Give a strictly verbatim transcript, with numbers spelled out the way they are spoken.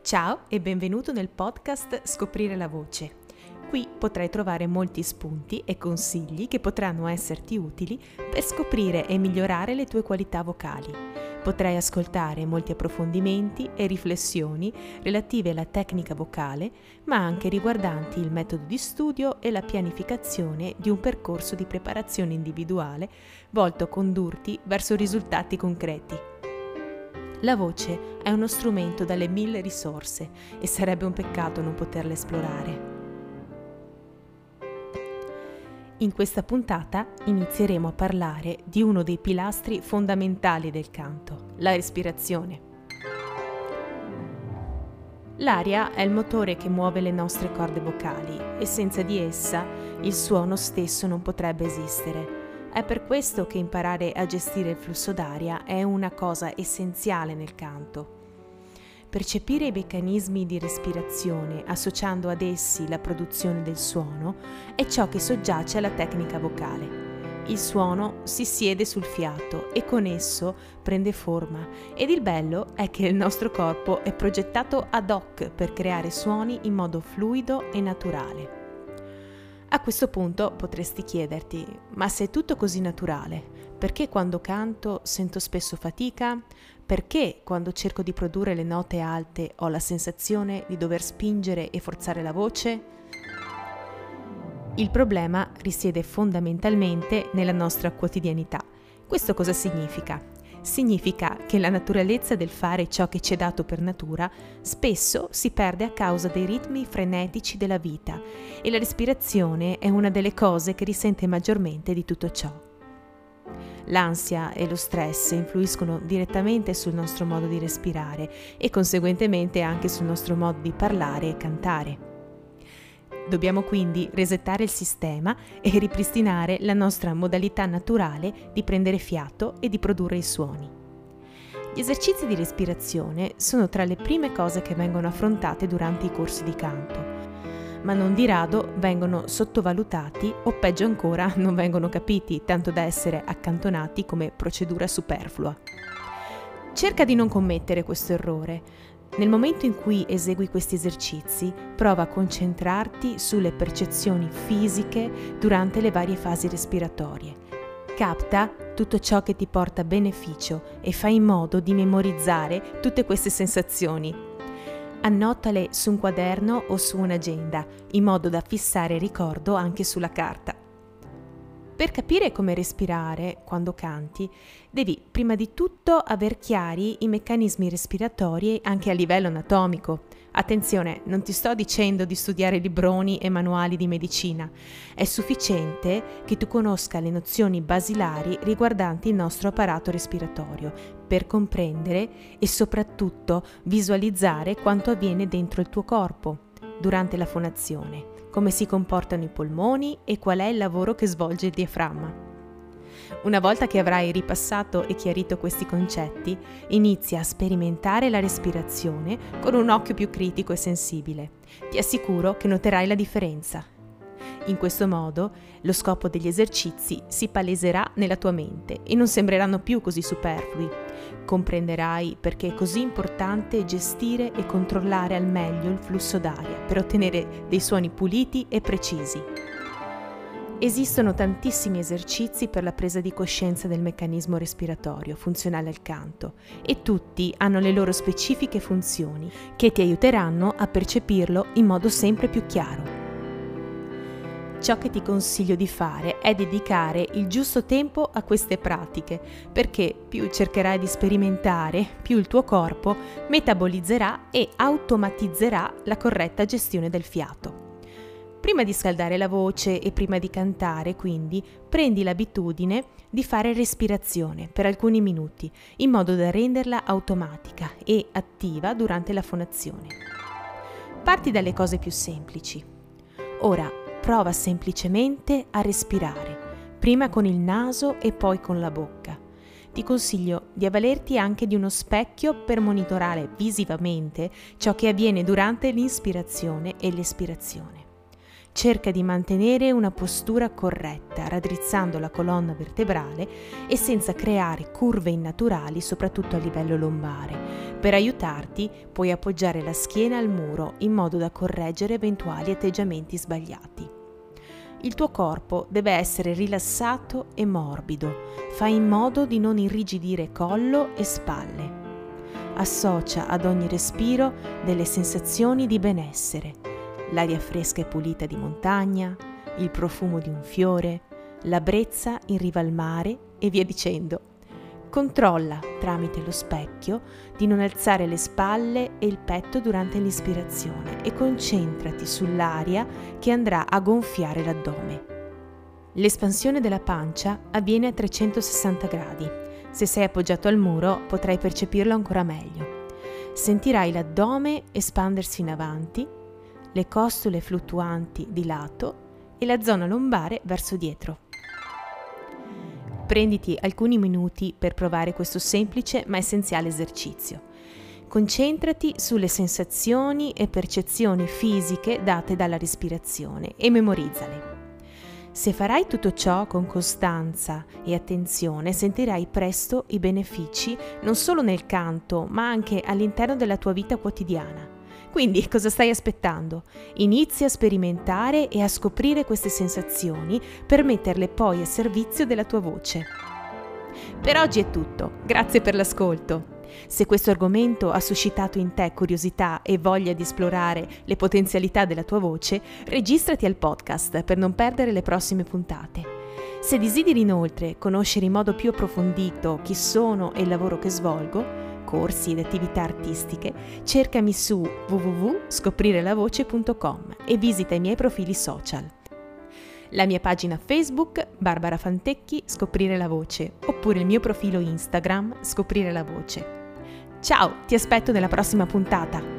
Ciao e benvenuto nel podcast Scoprire la voce. Qui potrai trovare molti spunti e consigli che potranno esserti utili per scoprire e migliorare le tue qualità vocali. Potrai ascoltare molti approfondimenti e riflessioni relative alla tecnica vocale, ma anche riguardanti il metodo di studio e la pianificazione di un percorso di preparazione individuale volto a condurti verso risultati concreti. La voce è uno strumento dalle mille risorse e sarebbe un peccato non poterla esplorare. In questa puntata inizieremo a parlare di uno dei pilastri fondamentali del canto, la respirazione. L'aria è il motore che muove le nostre corde vocali e senza di essa il suono stesso non potrebbe esistere. È per questo che imparare a gestire il flusso d'aria è una cosa essenziale nel canto. Percepire i meccanismi di respirazione associando ad essi la produzione del suono è ciò che soggiace alla tecnica vocale. Il suono si siede sul fiato e con esso prende forma ed il bello è che il nostro corpo è progettato ad hoc per creare suoni in modo fluido e naturale. A questo punto potresti chiederti, ma se è tutto così naturale, perché quando canto sento spesso fatica? Perché quando cerco di produrre le note alte ho la sensazione di dover spingere e forzare la voce? Il problema risiede fondamentalmente nella nostra quotidianità. Questo cosa significa? Significa che la naturalezza del fare ciò che ci è dato per natura spesso si perde a causa dei ritmi frenetici della vita e la respirazione è una delle cose che risente maggiormente di tutto ciò. L'ansia e lo stress influiscono direttamente sul nostro modo di respirare e conseguentemente anche sul nostro modo di parlare e cantare. Dobbiamo quindi resettare il sistema e ripristinare la nostra modalità naturale di prendere fiato e di produrre i suoni. Gli esercizi di respirazione sono tra le prime cose che vengono affrontate durante i corsi di canto, ma non di rado vengono sottovalutati o peggio ancora non vengono capiti, tanto da essere accantonati come procedura superflua. Cerca di non commettere questo errore. Nel momento in cui esegui questi esercizi, prova a concentrarti sulle percezioni fisiche durante le varie fasi respiratorie. Capta tutto ciò che ti porta beneficio e fai in modo di memorizzare tutte queste sensazioni. Annotale su un quaderno o su un'agenda, in modo da fissare ricordo anche sulla carta. Per capire come respirare quando canti, devi prima di tutto aver chiari i meccanismi respiratori anche a livello anatomico. Attenzione, non ti sto dicendo di studiare libroni e manuali di medicina. È sufficiente che tu conosca le nozioni basilari riguardanti il nostro apparato respiratorio per comprendere e soprattutto visualizzare quanto avviene dentro il tuo corpo durante la fonazione, come si comportano i polmoni e qual è il lavoro che svolge il diaframma. Una volta che avrai ripassato e chiarito questi concetti, inizia a sperimentare la respirazione con un occhio più critico e sensibile. Ti assicuro che noterai la differenza. In questo modo, lo scopo degli esercizi si paleserà nella tua mente e non sembreranno più così superflui. Comprenderai perché è così importante gestire e controllare al meglio il flusso d'aria per ottenere dei suoni puliti e precisi. Esistono tantissimi esercizi per la presa di coscienza del meccanismo respiratorio funzionale al canto e tutti hanno le loro specifiche funzioni che ti aiuteranno a percepirlo in modo sempre più chiaro. Ciò che ti consiglio di fare è dedicare il giusto tempo a queste pratiche, perché più cercherai di sperimentare, più il tuo corpo metabolizzerà e automatizzerà la corretta gestione del fiato. Prima di scaldare la voce e prima di cantare, quindi, prendi l'abitudine di fare respirazione per alcuni minuti, in modo da renderla automatica e attiva durante la fonazione. Parti dalle cose più semplici. Ora, prova semplicemente a respirare, prima con il naso e poi con la bocca. Ti consiglio di avvalerti anche di uno specchio per monitorare visivamente ciò che avviene durante l'inspirazione e l'espirazione. Cerca di mantenere una postura corretta, raddrizzando la colonna vertebrale e senza creare curve innaturali, soprattutto a livello lombare. Per aiutarti, puoi appoggiare la schiena al muro in modo da correggere eventuali atteggiamenti sbagliati. Il tuo corpo deve essere rilassato e morbido. Fai in modo di non irrigidire collo e spalle. Associa ad ogni respiro delle sensazioni di benessere, l'aria fresca e pulita di montagna, il profumo di un fiore, la brezza in riva al mare e via dicendo. Controlla, tramite lo specchio, di non alzare le spalle e il petto durante l'ispirazione e concentrati sull'aria che andrà a gonfiare l'addome. L'espansione della pancia avviene a trecentosessanta gradi. Se sei appoggiato al muro potrai percepirlo ancora meglio. Sentirai l'addome espandersi in avanti, le costole fluttuanti di lato e la zona lombare verso dietro. Prenditi alcuni minuti per provare questo semplice ma essenziale esercizio. Concentrati sulle sensazioni e percezioni fisiche date dalla respirazione e memorizzale. Se farai tutto ciò con costanza e attenzione, sentirai presto i benefici non solo nel canto, ma anche all'interno della tua vita quotidiana. Quindi cosa stai aspettando? Inizia a sperimentare e a scoprire queste sensazioni per metterle poi a servizio della tua voce. Per oggi è tutto, grazie per l'ascolto. Se questo argomento ha suscitato in te curiosità e voglia di esplorare le potenzialità della tua voce, registrati al podcast per non perdere le prossime puntate. Se desideri inoltre conoscere in modo più approfondito chi sono e il lavoro che svolgo, corsi ed attività artistiche, cercami su w w w punto scoprire la voce punto com e visita i miei profili social. La mia pagina Facebook, Barbara Fantecchi, Scoprire la Voce, oppure il mio profilo Instagram, Scoprire la Voce. Ciao, ti aspetto nella prossima puntata!